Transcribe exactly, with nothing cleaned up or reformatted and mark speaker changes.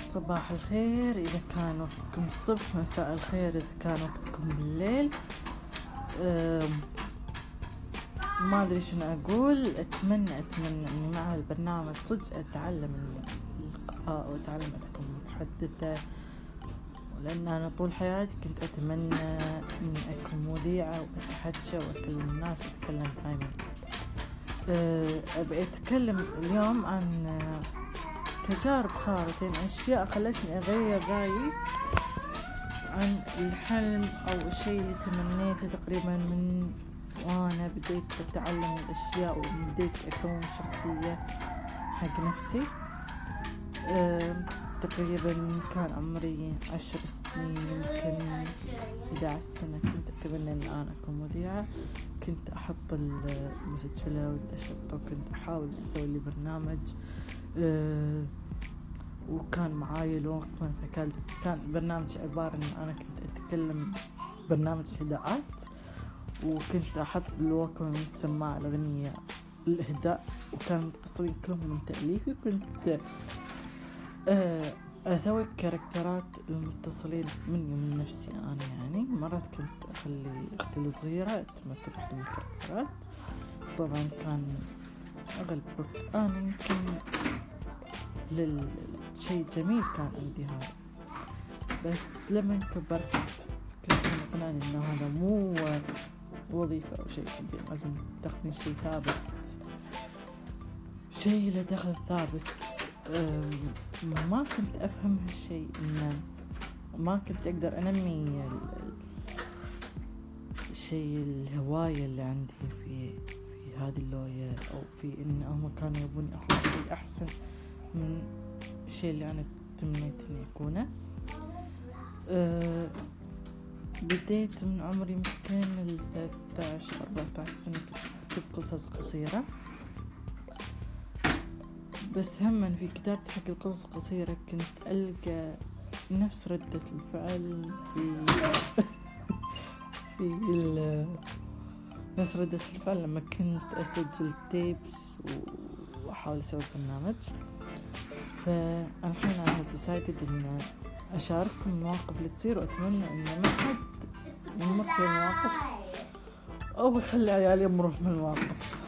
Speaker 1: صباح الخير إذا كان وقتكم الصبح، مساء الخير إذا كان وقتكم بالليل. ما أدري شنو أقول. أتمنى أتمنى أني مع هالبرنامج صدق أتعلم اللقاء وأتعلم أتكون متحدثة، لأن أنا طول حياتي كنت أتمنى أني أكون مذيعة وأتحكى وأكلم الناس وأتكلم دائما. أبي أتكلم اليوم عن تجارب صارت، أشياء خلتني أغير رأيي عن الحلم أو الشيء اللي تمنيته تقريبا من وأنا بديت أتعلم الأشياء وبديت أكون شخصية حق نفسي. أه تقريبا كان عمري عشر سنين، يمكن إحدى عشر سنة. كنت أتمنى أن أنا أكون مذيعة، كنت أحط المسجلة والأشرطة وكنت أحاول أسوي لي برنامج. أه وكان معاي الوقت، فكان كان برنامج عبارة أن أنا كنت أتكلم برنامج إهداءات، وكنت أحط بالوقت السماعة الأغنية الإهداء، وكان التصوير كلهم من تأليفي. وكنت أسوي كاركترات المتصلين مني ومن نفسي أنا، يعني مرات كنت أخلي أختي الصغيرة تمثل واحدة من الكاركترات. طبعا كان أغلب وقت أنا يمكن للشيء جميل كان عندي هذا، بس لما كبرت كنت مقنعني إنه هذا مو وظيفة أو شيء كبير، لازم تاخذين شيء ثابت، شيء له دخل ثابت. ما كنت أفهم هالشيء، إنه ما كنت أقدر أنمي الشيء الهواية اللي عندي في في هذه اللوية، أو في إن هم كانوا يبون أخذ شيء أحسن من الشيء اللي أنا تمنيت إني أكونه. أه بديت من عمري يمكن ثلاثة عشر أربعة عشر سنة كتبت قصص قصيرة، بس هم في كتابة حق القصص القصيرة كنت ألقى نفس ردة الفعل في في نفس ردة الفعل لما كنت أسجل تيبس وأحاول أسوي برنامج. فالحين أنا decided إن أشارككم المواقف اللي تصير، وأتمنى إن ما حد يمر في المواقف أو بخلي عيالي يمروا في المواقف.